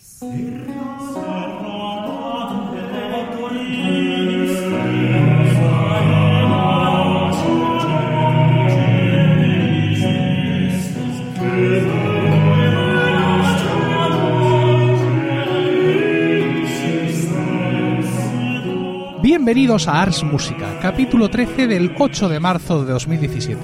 Bienvenidos a Ars Música, capítulo 13 del 8 de marzo de 2017.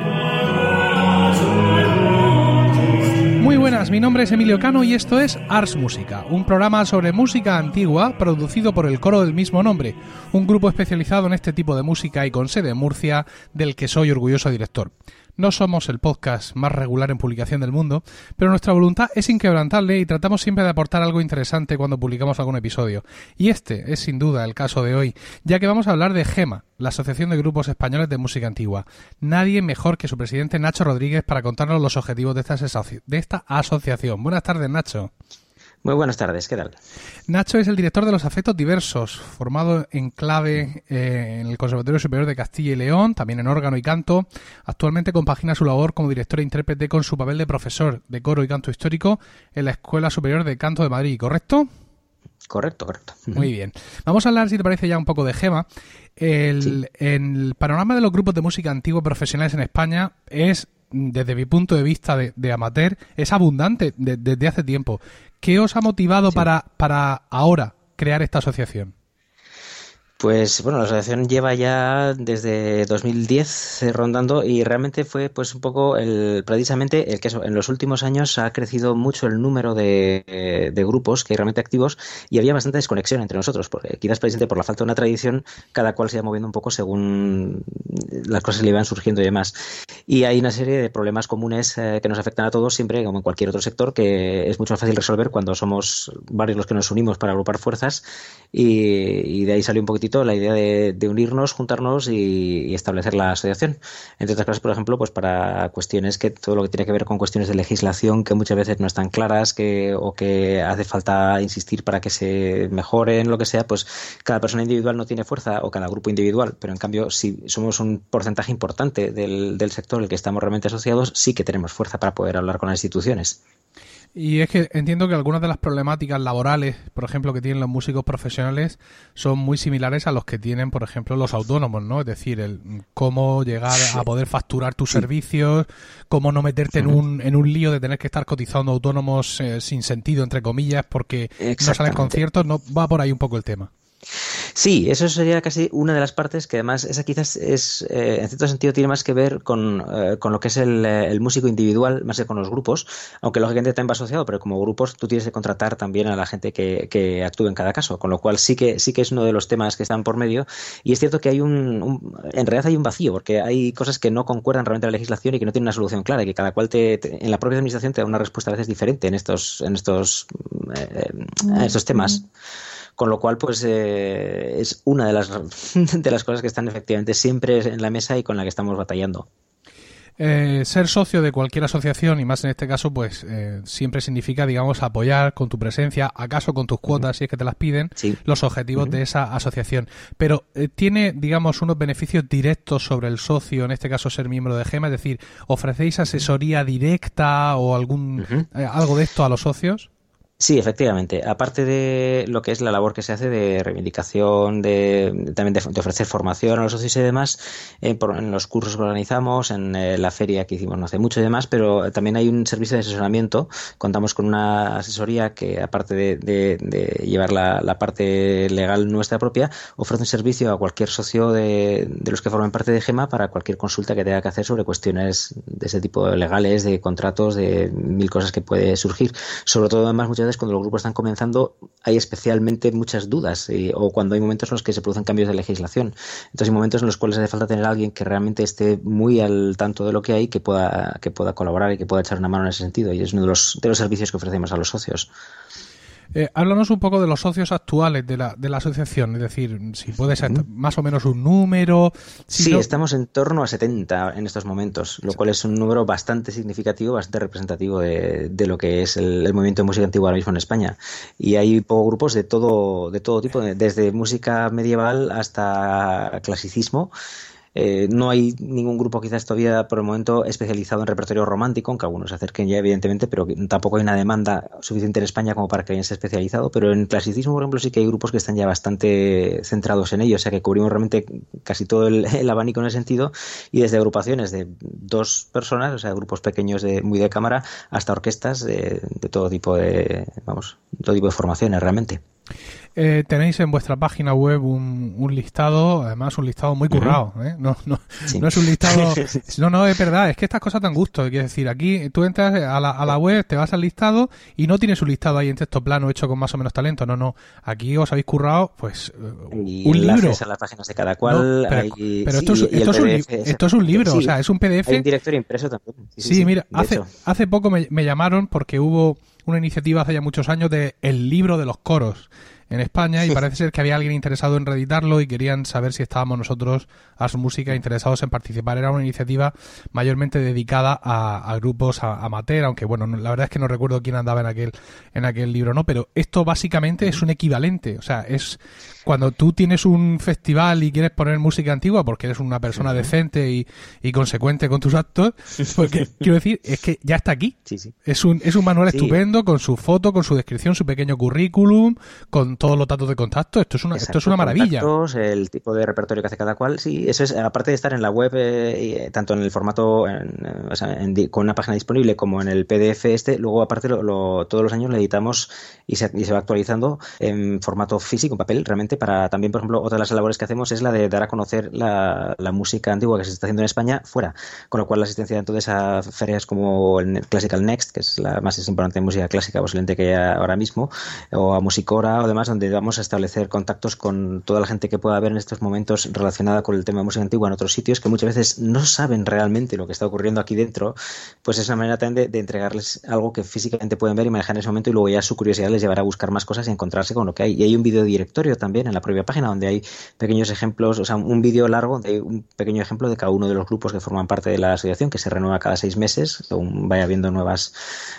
Muy buenas, mi nombre es Emilio Cano y esto es Ars Música, un programa sobre música antigua producido por el coro del mismo nombre, un grupo especializado en este tipo de música y con sede en Murcia, del que soy orgulloso director. No somos el podcast más regular en publicación del mundo, pero nuestra voluntad es inquebrantable y tratamos siempre de aportar algo interesante cuando publicamos algún episodio. Y este es sin duda el caso de hoy, ya que vamos a hablar de GEMA, la Asociación de Grupos Españoles de Música Antigua. Nadie mejor que su presidente Nacho Rodríguez para contarnos los objetivos de esta asociación. Buenas tardes, Nacho. Muy buenas tardes, ¿qué tal? Nacho es el director de Los Afectos Diversos, formado en clave en el Conservatorio Superior de Castilla y León, también en órgano y canto. Actualmente compagina su labor como director e intérprete con su papel de profesor de coro y canto histórico en la Escuela Superior de Canto de Madrid, ¿correcto? Correcto. Muy bien. Vamos a hablar, si te parece, ya un poco de GEMA. El panorama de los grupos de música antigua profesionales en España es, desde mi punto de vista de amateur, es abundante desde hace tiempo. ¿Qué os ha motivado para ahora crear esta asociación? Pues bueno, la asociación lleva ya desde 2010 rondando y realmente fue pues un poco precisamente el que en los últimos años ha crecido mucho el número de grupos que hay realmente activos y había bastante desconexión entre nosotros, porque quizás precisamente por la falta de una tradición cada cual se iba moviendo un poco según las cosas le iban surgiendo y demás. Y hay una serie de problemas comunes que nos afectan a todos siempre, como en cualquier otro sector, que es mucho más fácil resolver cuando somos varios los que nos unimos para agrupar fuerzas y de ahí salió un poquitito la idea de unirnos, juntarnos y establecer la asociación. Entre otras cosas, por ejemplo, pues para cuestiones todo lo que tiene que ver con cuestiones de legislación que muchas veces no están claras o que hace falta insistir para que se mejoren, lo que sea, pues cada persona individual no tiene fuerza o cada grupo individual, pero en cambio si somos un porcentaje importante del sector en el que estamos realmente asociados, sí que tenemos fuerza para poder hablar con las instituciones. Y es que entiendo que algunas de las problemáticas laborales, por ejemplo, que tienen los músicos profesionales son muy similares a los que tienen, por ejemplo, los autónomos, ¿no? Es decir, el cómo llegar a poder facturar tus servicios, cómo no meterte en un lío de tener que estar cotizando autónomos sin sentido, entre comillas, porque no salen conciertos. No va por ahí un poco el tema. Sí, eso sería casi una de las partes que además esa quizás es en cierto sentido tiene más que ver con lo que es el músico individual más que con los grupos, aunque lógicamente también va asociado, pero como grupos tú tienes que contratar también a la gente que actúe en cada caso, con lo cual sí que es uno de los temas que están por medio y es cierto que hay en realidad hay un vacío porque hay cosas que no concuerdan realmente a la legislación y que no tienen una solución clara y que cada cual en la propia administración te da una respuesta a veces diferente en estos temas. Con lo cual, pues es una de las cosas que están efectivamente siempre en la mesa y con la que estamos batallando. Ser socio de cualquier asociación, y más en este caso, pues siempre significa, digamos, apoyar con tu presencia, acaso con tus cuotas, si es que te las piden, los objetivos de esa asociación. Pero tiene, digamos, unos beneficios directos sobre el socio, en este caso ser miembro de GEMA, es decir, ¿ofrecéis asesoría directa o algo de esto a los socios? Sí, efectivamente. Aparte de lo que es la labor que se hace de reivindicación, también de ofrecer formación a los socios y demás, en los cursos que organizamos, en la feria que hicimos no hace mucho y demás, pero también hay un servicio de asesoramiento. Contamos con una asesoría que, aparte de llevar la parte legal nuestra propia, ofrece un servicio a cualquier socio de los que forman parte de GEMA para cualquier consulta que tenga que hacer sobre cuestiones de ese tipo legales, de contratos, de mil cosas que puede surgir. Sobre todo, además, muchas veces cuando los grupos están comenzando hay especialmente muchas dudas o cuando hay momentos en los que se producen cambios de legislación. Entonces hay momentos en los cuales hace falta tener a alguien que realmente esté muy al tanto de lo que hay, que pueda colaborar y que pueda echar una mano en ese sentido, y es uno de los servicios que ofrecemos a los socios. Háblanos un poco de los socios actuales de la asociación, es decir, si puede ser más o menos un número. Estamos en torno a 70 en estos momentos, lo cual es un número bastante significativo, bastante representativo de lo que es el movimiento de música antigua ahora mismo en España. Y hay grupos de todo tipo, desde música medieval hasta clasicismo. No hay ningún grupo quizás todavía por el momento especializado en repertorio romántico, aunque algunos se acerquen ya evidentemente, pero tampoco hay una demanda suficiente en España como para que alguien sea especializado. Pero en clasicismo, por ejemplo, sí que hay grupos que están ya bastante centrados en ello, o sea que cubrimos realmente casi todo el abanico en ese sentido, y desde agrupaciones de 2 personas, o sea, grupos pequeños muy de cámara, hasta orquestas de todo tipo todo tipo de formaciones realmente. Tenéis en vuestra página web un listado, además un listado muy currado, ¿eh? Sí. No es un listado... No, es verdad, es que estas cosas dan gusto. Quiero decir, aquí tú entras a la web, te vas al listado y no tienes un listado ahí en texto plano hecho con más o menos talento. No. Aquí os habéis currado, pues, y un libro. A las páginas de cada cual. Pero esto es un libro, sí, o sea, es un PDF. Hay un directorio impreso también. Sí, mira, hace poco me llamaron porque hubo una iniciativa hace ya muchos años de el libro de los coros en España, y parece ser que había alguien interesado en reeditarlo y querían saber si estábamos nosotros, Ars Música, interesados en participar. Era una iniciativa mayormente dedicada a grupos amateur, aunque bueno, la verdad es que no recuerdo quién andaba en aquel libro, ¿no? Pero esto básicamente es un equivalente, o sea, es cuando tú tienes un festival y quieres poner música antigua porque eres una persona decente y consecuente con tus actos, porque quiero decir, es que ya está aquí. Sí. Es un manual estupendo, con su foto, con su descripción, su pequeño currículum, con todos los datos de contacto. Esto es una maravilla. El tipo de repertorio que hace cada cual, sí, eso es, aparte de estar en la web, tanto en el formato, con una página disponible como en el PDF luego aparte todos los años lo editamos y se va actualizando en formato físico, en papel, realmente, para también, por ejemplo, otra de las labores que hacemos es la de dar a conocer la música antigua que se está haciendo en España fuera, con lo cual la asistencia entonces a ferias como el Classical Next, que es la más importante música clásica posiblemente que hay ahora mismo, o a Musicora o demás, donde vamos a establecer contactos con toda la gente que pueda haber en estos momentos relacionada con el tema de música antigua en otros sitios, que muchas veces no saben realmente lo que está ocurriendo aquí dentro. Pues es una manera también de entregarles algo que físicamente pueden ver y manejar en ese momento, y luego ya su curiosidad les llevará a buscar más cosas y encontrarse con lo que hay. Y hay un video directorio también en la propia página donde hay pequeños ejemplos, o sea, un vídeo largo donde hay un pequeño ejemplo de cada uno de los grupos que forman parte de la asociación, que se renueva cada 6 meses, según vaya habiendo nuevos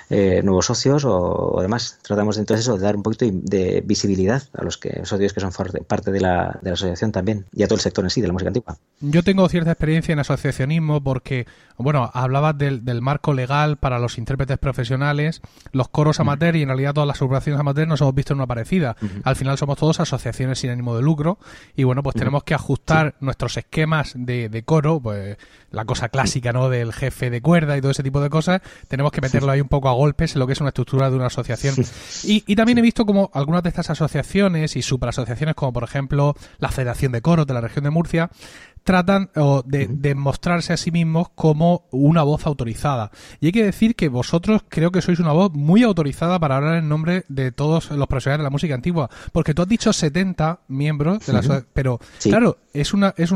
socios o demás. Tratamos entonces eso, de dar un poquito de visibilidad a los socios que son parte de la asociación también, y a todo el sector en sí de la música antigua. Yo tengo cierta experiencia en asociacionismo porque, bueno, hablabas del marco legal para los intérpretes profesionales, los coros amateur, y en realidad todas las agrupaciones amateur nos hemos visto en una parecida. Al final somos todos asociaciones sin ánimo de lucro y, bueno, pues tenemos que ajustar nuestros esquemas de coro, pues la cosa clásica, ¿no?, del jefe de cuerda y todo ese tipo de cosas, tenemos que meterlo ahí un poco a golpes en lo que es una estructura de una asociación. Y también he visto como algunas de estas asociaciones y superasociaciones, como por ejemplo la Federación de Coros de la región de Murcia, tratan de mostrarse a sí mismos como una voz autorizada. Y hay que decir que vosotros creo que sois una voz muy autorizada para hablar en nombre de todos los profesionales de la música antigua, porque tú has dicho 70 miembros de la asociación, pero claro, es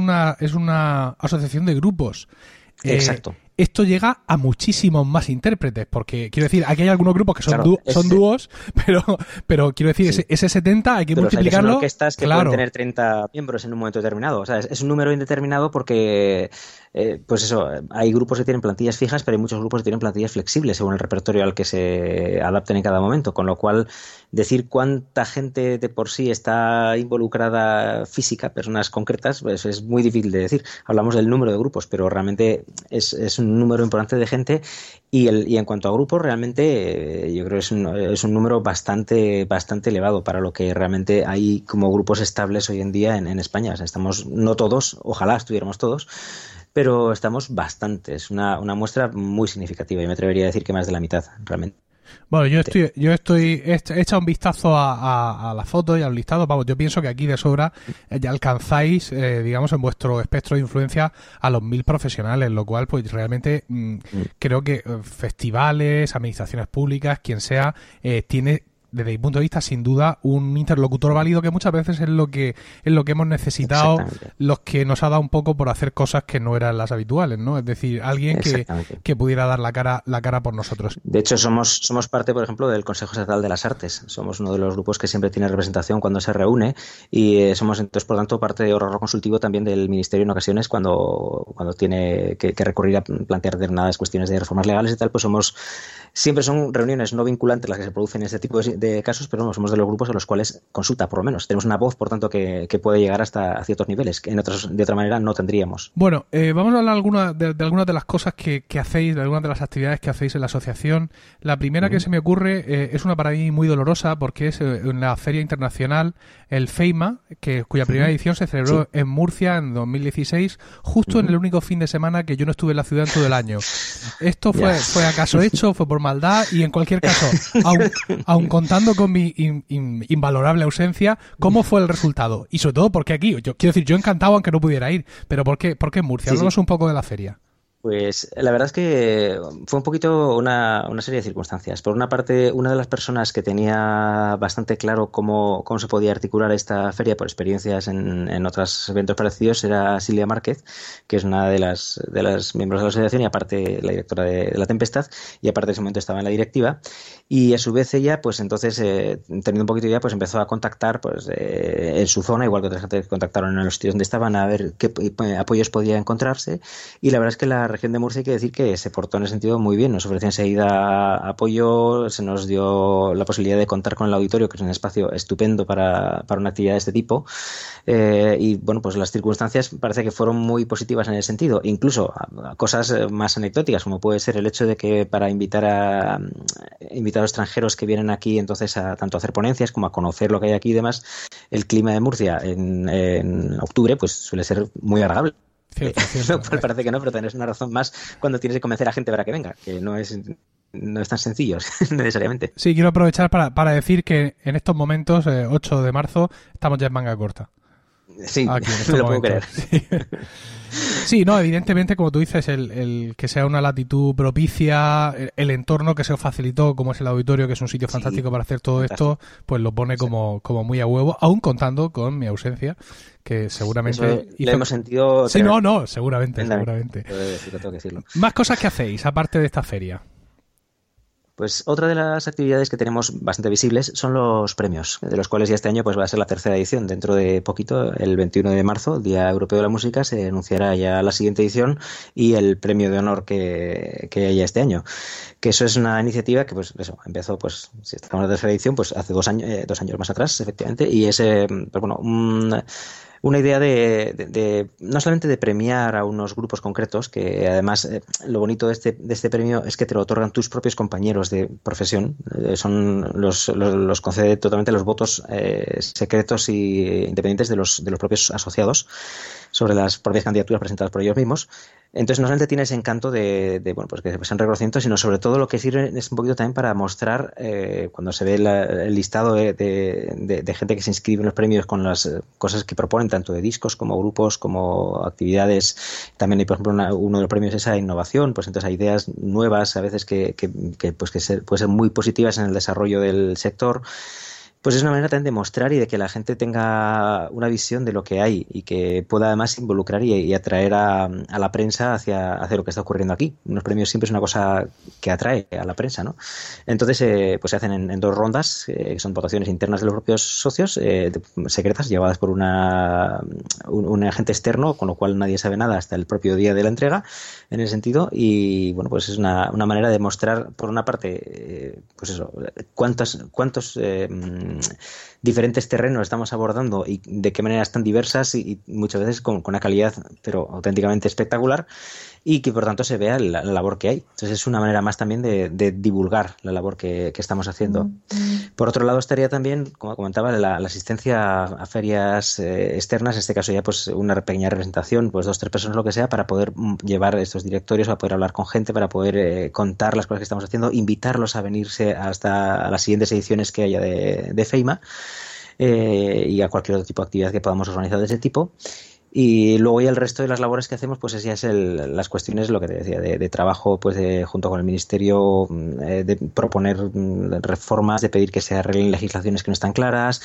una asociación de grupos. Exacto. Esto llega a muchísimos más intérpretes, porque quiero decir, aquí hay algunos grupos que son dúos, pero quiero decir, ese 70 hay que multiplicarlo. Son orquestas que pueden tener 30 miembros en un momento determinado. O sea, es un número indeterminado porque, pues eso, hay grupos que tienen plantillas fijas, pero hay muchos grupos que tienen plantillas flexibles según el repertorio al que se adapten en cada momento. Con lo cual, decir cuánta gente de por sí está involucrada física, personas concretas, pues es muy difícil de decir. Hablamos del número de grupos, pero realmente es un número importante de gente, y en cuanto a grupos, realmente yo creo que es un número bastante elevado para lo que realmente hay como grupos estables hoy en día en España. O sea, estamos, no todos, ojalá estuviéramos todos, pero estamos bastantes, una muestra muy significativa, y me atrevería a decir que más de la mitad realmente. Bueno, he echado un vistazo a la foto y al listado. Vamos, yo pienso que aquí de sobra ya alcanzáis, digamos, en vuestro espectro de influencia a los 1000 profesionales, lo cual, pues realmente creo que festivales, administraciones públicas, quien sea, tiene, desde mi punto de vista, sin duda, un interlocutor válido, que muchas veces es lo que hemos necesitado los que nos ha dado un poco por hacer cosas que no eran las habituales, ¿no? Es decir, alguien que pudiera dar la cara por nosotros. De hecho, somos parte, por ejemplo, del Consejo Estatal de las Artes. Somos uno de los grupos que siempre tiene representación cuando se reúne, y somos entonces, por tanto, parte de órgano consultivo también del Ministerio en ocasiones cuando tiene que recurrir a plantear determinadas cuestiones de reformas legales y tal. Pues siempre son reuniones no vinculantes las que se producen en este tipo de de casos, pero no somos de los grupos a los cuales consulta, por lo menos. Tenemos una voz, por tanto, que puede llegar hasta a ciertos niveles, que de otra manera no tendríamos. Bueno, vamos a hablar de algunas de las cosas que hacéis, de algunas de las actividades que hacéis en la asociación. La primera que se me ocurre es una para mí muy dolorosa, porque es en la Feria Internacional, el FEIMA, cuya primera edición se celebró en Murcia en 2016, justo en el único fin de semana que yo no estuve en la ciudad en todo el año. ¿Esto fue acaso hecho? ¿Fue por maldad? Y en cualquier caso, aun contando con mi invalorable ausencia, ¿cómo fue el resultado? Y sobre todo, ¿por qué aquí? Quiero decir, yo encantado aunque no pudiera ir, pero ¿por qué en Murcia? Háblanos un poco de la feria. Pues la verdad es que fue un poquito una serie de circunstancias. Por una parte, una de las personas que tenía bastante claro cómo se podía articular esta feria por experiencias en otros eventos parecidos era Silvia Márquez, que es una de las miembros de la asociación y aparte la directora de La Tempestad, y aparte en ese momento estaba en la directiva. Y a su vez ella, pues entonces, teniendo un poquito ya, pues empezó a contactar pues en su zona, igual que otras gente que contactaron en los sitios donde estaban, a ver qué apoyos podía encontrarse. Y la verdad es que la región de Murcia hay que decir que se portó en ese sentido muy bien. Nos ofreció enseguida apoyo, se nos dio la posibilidad de contar con el auditorio, que es un espacio estupendo para una actividad de este tipo. Y bueno, pues las circunstancias parece que fueron muy positivas en ese sentido. Incluso a cosas más anecdóticas, como puede ser el hecho de que para invitar a invitados extranjeros que vienen aquí entonces tanto a hacer ponencias como a conocer lo que hay aquí y demás, el clima de Murcia en octubre pues suele ser muy agradable. Lo cual parece que no, pero tenés una razón más cuando tienes que convencer a gente para que venga, que no es tan sencillo necesariamente. Sí, quiero aprovechar para decir que en estos momentos, 8 de marzo, estamos ya en manga corta. Sí, me lo puedo creer. Sí. Sí, no, evidentemente, como tú dices, el que sea una latitud propicia, el entorno que se os facilitó, como es el auditorio, que es un sitio fantástico para hacer todo esto, pues lo pone como muy a huevo, aún contando con mi ausencia, que seguramente... Lo hemos sentido... Sí, seguramente. Tengo que decirlo. Más cosas que hacéis, aparte de esta feria. Pues otra de las actividades que tenemos bastante visibles son los premios, de los cuales ya este año pues va a ser la tercera edición. Dentro de poquito, el 21 de marzo, Día Europeo de la Música, se anunciará ya la siguiente edición y el premio de honor que haya este año. Que eso es una iniciativa que pues eso empezó, pues si estamos en la tercera edición, pues hace 2 años más atrás, efectivamente, y es pues bueno, una idea de no solamente de premiar a unos grupos concretos, que además lo bonito de este premio es que te lo otorgan tus propios compañeros de profesión, los concede totalmente los votos secretos e independientes de los propios asociados sobre las propias candidaturas presentadas por ellos mismos. Entonces no solamente tiene ese encanto de bueno, pues que sean reconocimientos, sino sobre todo lo que sirve es un poquito también para mostrar cuando se ve el listado de gente que se inscribe en los premios con las cosas que proponen, tanto de discos como grupos, como actividades. También hay, por ejemplo, uno de los premios es esa innovación, pues entonces hay ideas nuevas a veces que pueden ser muy positivas en el desarrollo del sector. Pues es una manera también de mostrar y de que la gente tenga una visión de lo que hay y que pueda además involucrar y atraer a la prensa hacia lo que está ocurriendo aquí. Unos premios siempre es una cosa que atrae a la prensa, ¿no? Entonces, pues se hacen en 2 rondas, que son votaciones internas de los propios socios, secretas, llevadas por un agente externo, con lo cual nadie sabe nada hasta el propio día de la entrega, en ese sentido. Y bueno, pues es una manera de mostrar, por una parte, pues eso, cuántos diferentes terrenos estamos abordando y de qué maneras tan diversas y muchas veces con una calidad pero auténticamente espectacular, y que por tanto se vea la labor que hay. Entonces es una manera más también de divulgar la labor que estamos haciendo. Por otro lado estaría también, como comentaba, la asistencia a ferias externas, en este caso ya pues una pequeña representación, pues 2 o 3 personas, lo que sea, para poder llevar estos directorios, para poder hablar con gente, para poder contar las cosas que estamos haciendo, invitarlos a venirse hasta las siguientes ediciones que haya de FEIMA, y a cualquier otro tipo de actividad que podamos organizar de ese tipo. Y luego ya el resto de las labores que hacemos, pues ya es las cuestiones, lo que te decía, de trabajo pues junto con el Ministerio, de proponer reformas, de pedir que se arreglen legislaciones que no están claras,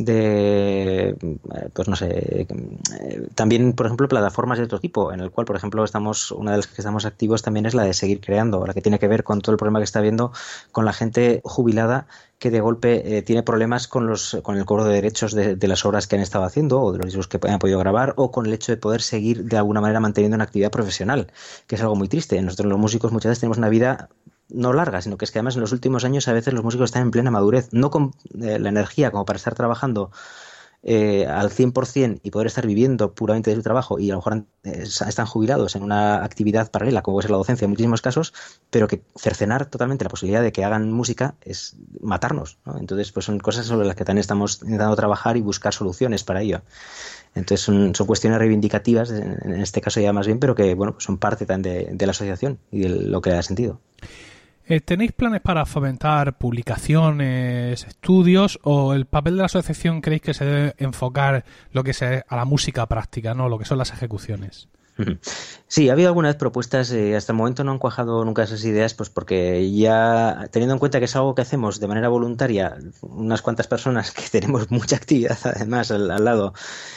pues no sé, también, por ejemplo, plataformas de otro tipo, en el cual, por ejemplo, una de las que estamos activos también es la de Seguir Creando, la que tiene que ver con todo el problema que está habiendo con la gente jubilada que de golpe tiene problemas con el cobro de derechos de las obras que han estado haciendo o de los discos que han podido grabar, o con el hecho de poder seguir de alguna manera manteniendo una actividad profesional, que es algo muy triste. Nosotros los músicos muchas veces tenemos una vida no larga, sino que es que además en los últimos años a veces los músicos están en plena madurez, no con la energía como para estar trabajando al 100% y poder estar viviendo puramente de su trabajo, y a lo mejor están jubilados en una actividad paralela como puede ser la docencia en muchísimos casos, pero que cercenar totalmente la posibilidad de que hagan música es matarnos, ¿no? Entonces pues son cosas sobre las que también estamos intentando trabajar y buscar soluciones para ello. Entonces son cuestiones reivindicativas en este caso ya más bien, pero que bueno, son parte también de la asociación y de lo que le da sentido. ¿Tenéis planes para fomentar publicaciones, estudios, o el papel de la asociación creéis que se debe enfocar lo que sea a la música práctica, no lo que son las ejecuciones? Sí, ha habido algunas propuestas, hasta el momento no han cuajado nunca esas ideas, pues porque ya teniendo en cuenta que es algo que hacemos de manera voluntaria, unas cuantas personas que tenemos mucha actividad además al lado,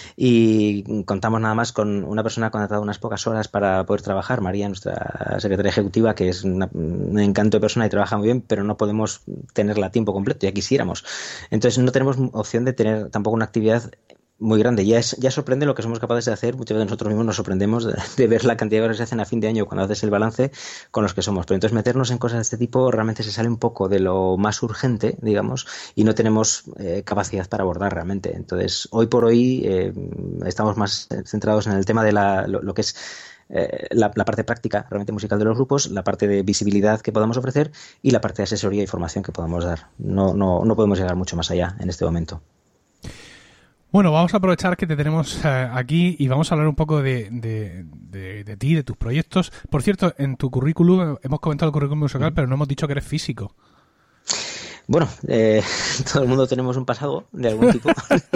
y contamos nada más con una persona contratada unas pocas horas para poder trabajar, María, nuestra secretaria ejecutiva, que es un encanto de persona y trabaja muy bien, pero no podemos tenerla a tiempo completo, ya quisiéramos. Entonces no tenemos opción de tener tampoco una actividad muy grande. Ya sorprende lo que somos capaces de hacer. Muchas veces nosotros mismos nos sorprendemos de ver la cantidad de cosas que se hacen a fin de año cuando haces el balance con los que somos. Pero entonces meternos en cosas de este tipo realmente se sale un poco de lo más urgente, digamos, y no tenemos capacidad para abordar realmente. Entonces, hoy por hoy estamos más centrados en el tema de lo que es la parte práctica realmente musical de los grupos, la parte de visibilidad que podamos ofrecer y la parte de asesoría y formación que podamos dar. No podemos llegar mucho más allá en este momento. Bueno, vamos a aprovechar que te tenemos aquí y vamos a hablar un poco de ti, de tus proyectos. Por cierto, en tu currículum, hemos comentado el currículum musical, pero no hemos dicho que eres físico. Bueno, todo el mundo tenemos un pasado de algún tipo.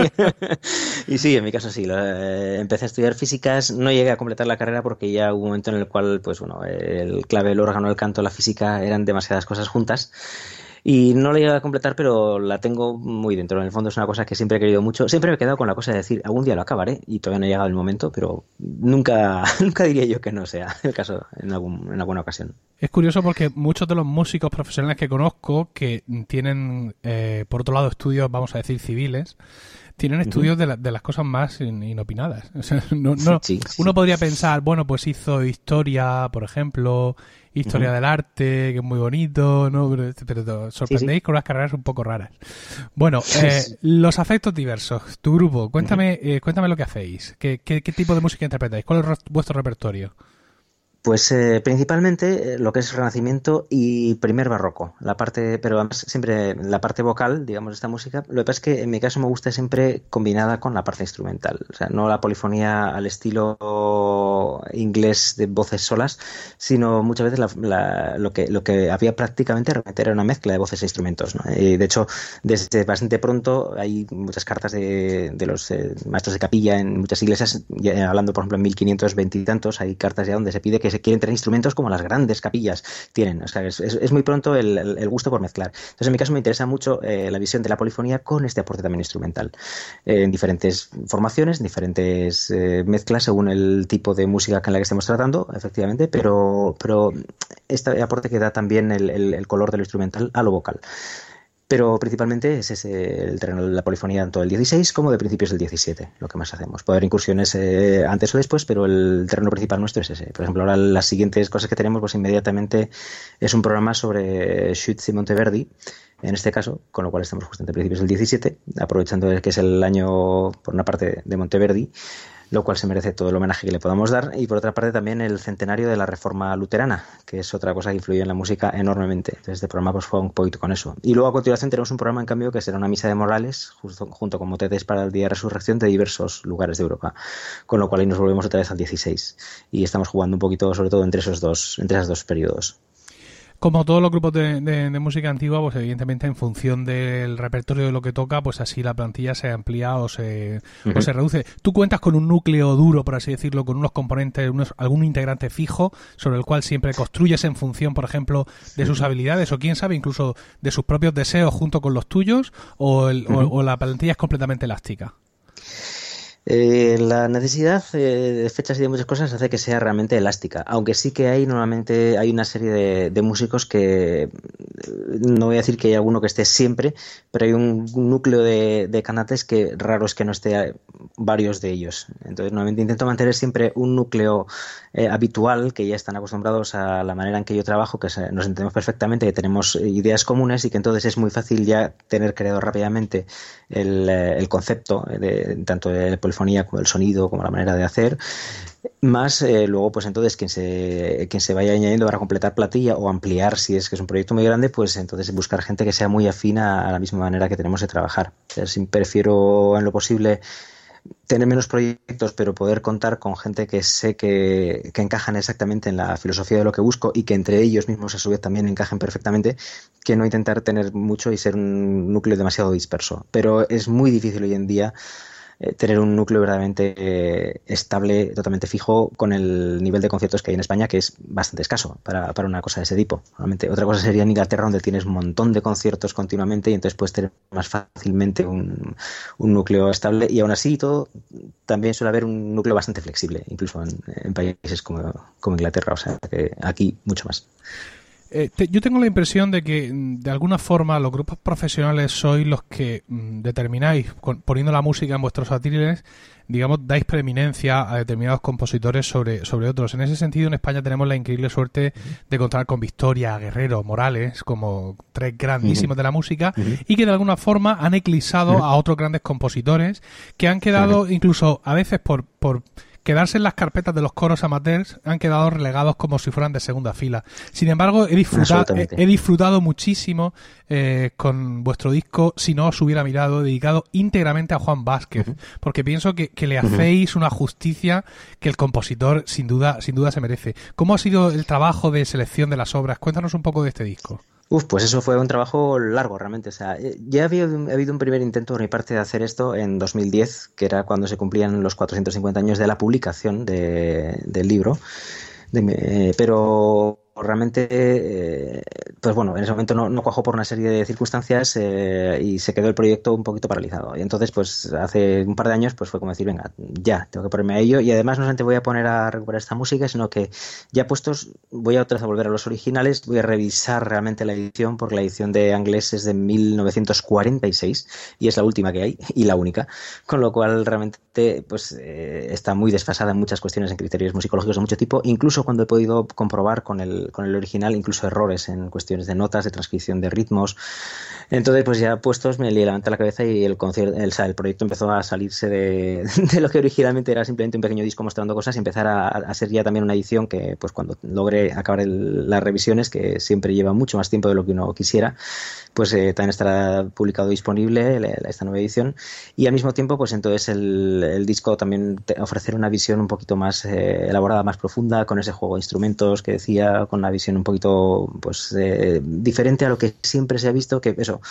Y sí, en mi caso sí. Empecé a estudiar físicas, no llegué a completar la carrera porque ya hubo un momento en el cual, pues bueno, el clave, el órgano, el canto, la física eran demasiadas cosas juntas. Y no la llegué a completar, pero la tengo muy dentro. En el fondo es una cosa que siempre he querido mucho. Siempre me he quedado con la cosa de decir, algún día lo acabaré, y todavía no ha llegado el momento, pero nunca diría yo que no sea el caso en alguna ocasión. Es curioso porque muchos de los músicos profesionales que conozco que tienen, por otro lado, estudios, vamos a decir, civiles, tienen estudios de las cosas más inopinadas. O sea, sí. Uno podría pensar, bueno, pues hizo historia, por ejemplo, historia del arte, que es muy bonito, ¿no? Pero sorprendéis con unas carreras un poco raras. Bueno, Los Afectos Diversos, tu grupo, cuéntame lo que hacéis. ¿Qué tipo de música interpretáis? ¿Cuál es vuestro repertorio? Pues principalmente lo que es Renacimiento y primer barroco, pero además siempre la parte vocal, digamos, de esta música. Lo que pasa es que en mi caso me gusta siempre combinada con la parte instrumental, o sea, no la polifonía al estilo inglés de voces solas, sino muchas veces lo que había prácticamente realmente era una mezcla de voces e instrumentos, ¿no? Y de hecho, desde bastante pronto hay muchas cartas de los maestros de capilla en muchas iglesias, hablando por ejemplo en 1520 y tantos, hay cartas ya donde se pide que se quieren tener instrumentos como las grandes capillas tienen. O sea, es muy pronto el gusto por mezclar. Entonces, en mi caso me interesa mucho la visión de la polifonía con este aporte también instrumental. En diferentes formaciones, en diferentes mezclas según el tipo de música en la que estemos tratando, efectivamente, pero este aporte que da también el color de lo instrumental a lo vocal. Pero principalmente es ese el terreno de la polifonía tanto del 16 como de principios del 17, lo que más hacemos. Puede haber incursiones antes o después, pero el terreno principal nuestro es ese. Por ejemplo, ahora las siguientes cosas que tenemos, pues inmediatamente es un programa sobre Schütz y Monteverdi, en este caso, con lo cual estamos justamente a principios del 17, aprovechando que es el año, por una parte, de Monteverdi, lo cual se merece todo el homenaje que le podamos dar, y por otra parte también el centenario de la Reforma Luterana, que es otra cosa que influyó en la música enormemente. Entonces este programa pues fue un poquito con eso. Y luego a continuación tenemos un programa en cambio que será una misa de Morales, junto con motetes para el Día de Resurrección de diversos lugares de Europa, con lo cual ahí nos volvemos otra vez al 16 y estamos jugando un poquito sobre todo entre esos dos periodos. Como todos los grupos de música antigua, pues evidentemente en función del repertorio de lo que toca, pues así la plantilla se amplía o se reduce. ¿Tú cuentas con un núcleo duro, por así decirlo, con unos componentes, algún integrante fijo sobre el cual siempre construyes en función, por ejemplo, de sus habilidades o quién sabe, incluso de sus propios deseos junto con los tuyos, o la plantilla es completamente elástica? La necesidad de fechas y de muchas cosas hace que sea realmente elástica, aunque sí que normalmente hay una serie de músicos que no voy a decir que hay alguno que esté siempre, pero hay un núcleo de cantantes que raro es que no esté varios de ellos. Entonces, normalmente intento mantener siempre un núcleo habitual, que ya están acostumbrados a la manera en que yo trabajo, que nos entendemos perfectamente, que tenemos ideas comunes y que entonces es muy fácil ya tener creado rápidamente el concepto tanto de polifonía como el sonido, como la manera de hacer. Más luego, pues entonces quien se vaya añadiendo para completar plantilla o ampliar, si es que es un proyecto muy grande, pues entonces buscar gente que sea muy afín a la misma manera que tenemos de trabajar. O sea, sí, prefiero en lo posible tener menos proyectos, pero poder contar con gente que sé que encajan exactamente en la filosofía de lo que busco y que entre ellos mismos a su vez también encajen perfectamente, que no intentar tener mucho y ser un núcleo demasiado disperso. Pero es muy difícil hoy en día tener un núcleo verdaderamente estable, totalmente fijo, con el nivel de conciertos que hay en España, que es bastante escaso para una cosa de ese tipo. Normalmente, otra cosa sería en Inglaterra, donde tienes un montón de conciertos continuamente y entonces puedes tener más fácilmente un núcleo estable, y aún así todo también suele haber un núcleo bastante flexible, incluso en países como Inglaterra, o sea que aquí mucho más. Yo tengo la impresión de que, de alguna forma, los grupos profesionales sois los que determináis, poniendo la música en vuestros atriles, digamos, dais preeminencia a determinados compositores sobre otros. En ese sentido, en España tenemos la increíble suerte de contar con Victoria, Guerrero, Morales, como tres grandísimos de la música, y que de alguna forma han eclipsado a otros grandes compositores que han quedado, incluso a veces por quedarse en las carpetas de los coros amateurs, han quedado relegados como si fueran de segunda fila. Sin embargo, he disfrutado muchísimo con vuestro disco, si no os hubiera mirado, dedicado íntegramente a Juan Vázquez, porque pienso que le hacéis una justicia que el compositor sin duda se merece. ¿Cómo ha sido el trabajo de selección de las obras? Cuéntanos un poco de este disco. Pues eso fue un trabajo largo realmente. O sea, ya había habido un primer intento por mi parte de hacer esto en 2010, que era cuando se cumplían los 450 años de la publicación del libro, pero realmente, pues bueno, en ese momento no cuajó por una serie de circunstancias y se quedó el proyecto un poquito paralizado. Y entonces, pues hace un par de años, pues fue como decir, venga, ya, tengo que ponerme a ello. Y además no solamente voy a poner a recuperar esta música, sino que ya puestos, voy a otra vez a volver a los originales, voy a revisar realmente la edición, porque la edición de Anglés es de 1946 y es la última que hay y la única. Con lo cual, realmente, pues está muy desfasada en muchas cuestiones, en criterios musicológicos de mucho tipo, incluso cuando he podido comprobar con el original, incluso errores en cuestiones de notas, de transcripción de ritmos. Entonces, pues ya puestos, me levanté la cabeza y el proyecto empezó a salirse de lo que originalmente era simplemente un pequeño disco mostrando cosas y empezar a ser ya también una edición que, pues cuando logre acabar las revisiones, que siempre lleva mucho más tiempo de lo que uno quisiera, pues también estará publicado disponible esta nueva edición. Y al mismo tiempo, pues entonces el disco también ofrecer una visión un poquito más elaborada, más profunda, con ese juego de instrumentos que decía, con una visión un poquito pues diferente a lo que siempre se ha visto, que eso,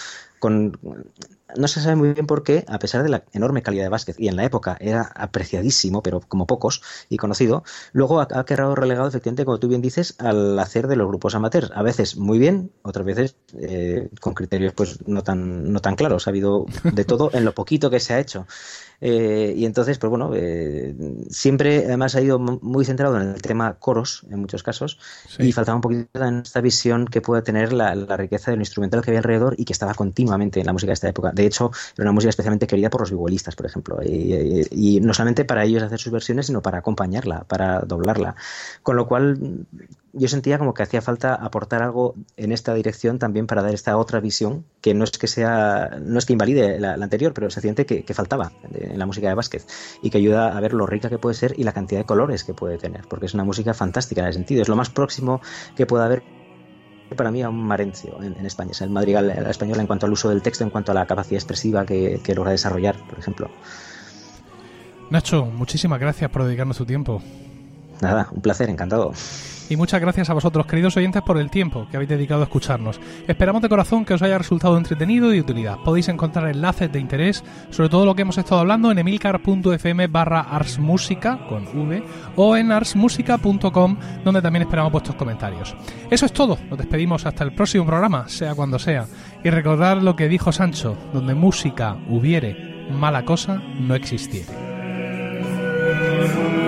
no se sabe muy bien por qué, a pesar de la enorme calidad de Vázquez, y en la época era apreciadísimo, pero como pocos, y conocido, luego ha quedado relegado, efectivamente, como tú bien dices, al hacer de los grupos amateurs. A veces muy bien, otras veces con criterios pues no tan claros. Ha habido de todo en lo poquito que se ha hecho. Y entonces, pues bueno, siempre además ha ido muy centrado en el tema coros, en muchos casos, sí. Y faltaba un poquito en esta visión que puede tener la riqueza del instrumental que había alrededor y que estaba continuamente en la música de esta época. De hecho, era una música especialmente querida por los vihuelistas, por ejemplo, y no solamente para ellos hacer sus versiones, sino para acompañarla, para doblarla. Con lo cual, yo sentía como que hacía falta aportar algo en esta dirección también para dar esta otra visión, que no es que invalide la anterior, pero se siente que faltaba en la música de Vázquez y que ayuda a ver lo rica que puede ser y la cantidad de colores que puede tener, porque es una música fantástica en ese sentido. Es lo más próximo que puede haber para mí a un Marencio en España. Es el madrigal español en cuanto al uso del texto, en cuanto a la capacidad expresiva que logra desarrollar, por ejemplo. Nacho, muchísimas gracias por dedicarnos tu tiempo. Nada, un placer, encantado. Y muchas gracias a vosotros, queridos oyentes, por el tiempo que habéis dedicado a escucharnos. Esperamos de corazón que os haya resultado entretenido y de utilidad. Podéis encontrar enlaces de interés sobre todo lo que hemos estado hablando en emilcar.fm/arsmusica con V o en arsmusica.com, donde también esperamos vuestros comentarios. Eso es todo. Nos despedimos hasta el próximo programa, sea cuando sea. Y recordad lo que dijo Sancho: donde música hubiere, mala cosa no existiere.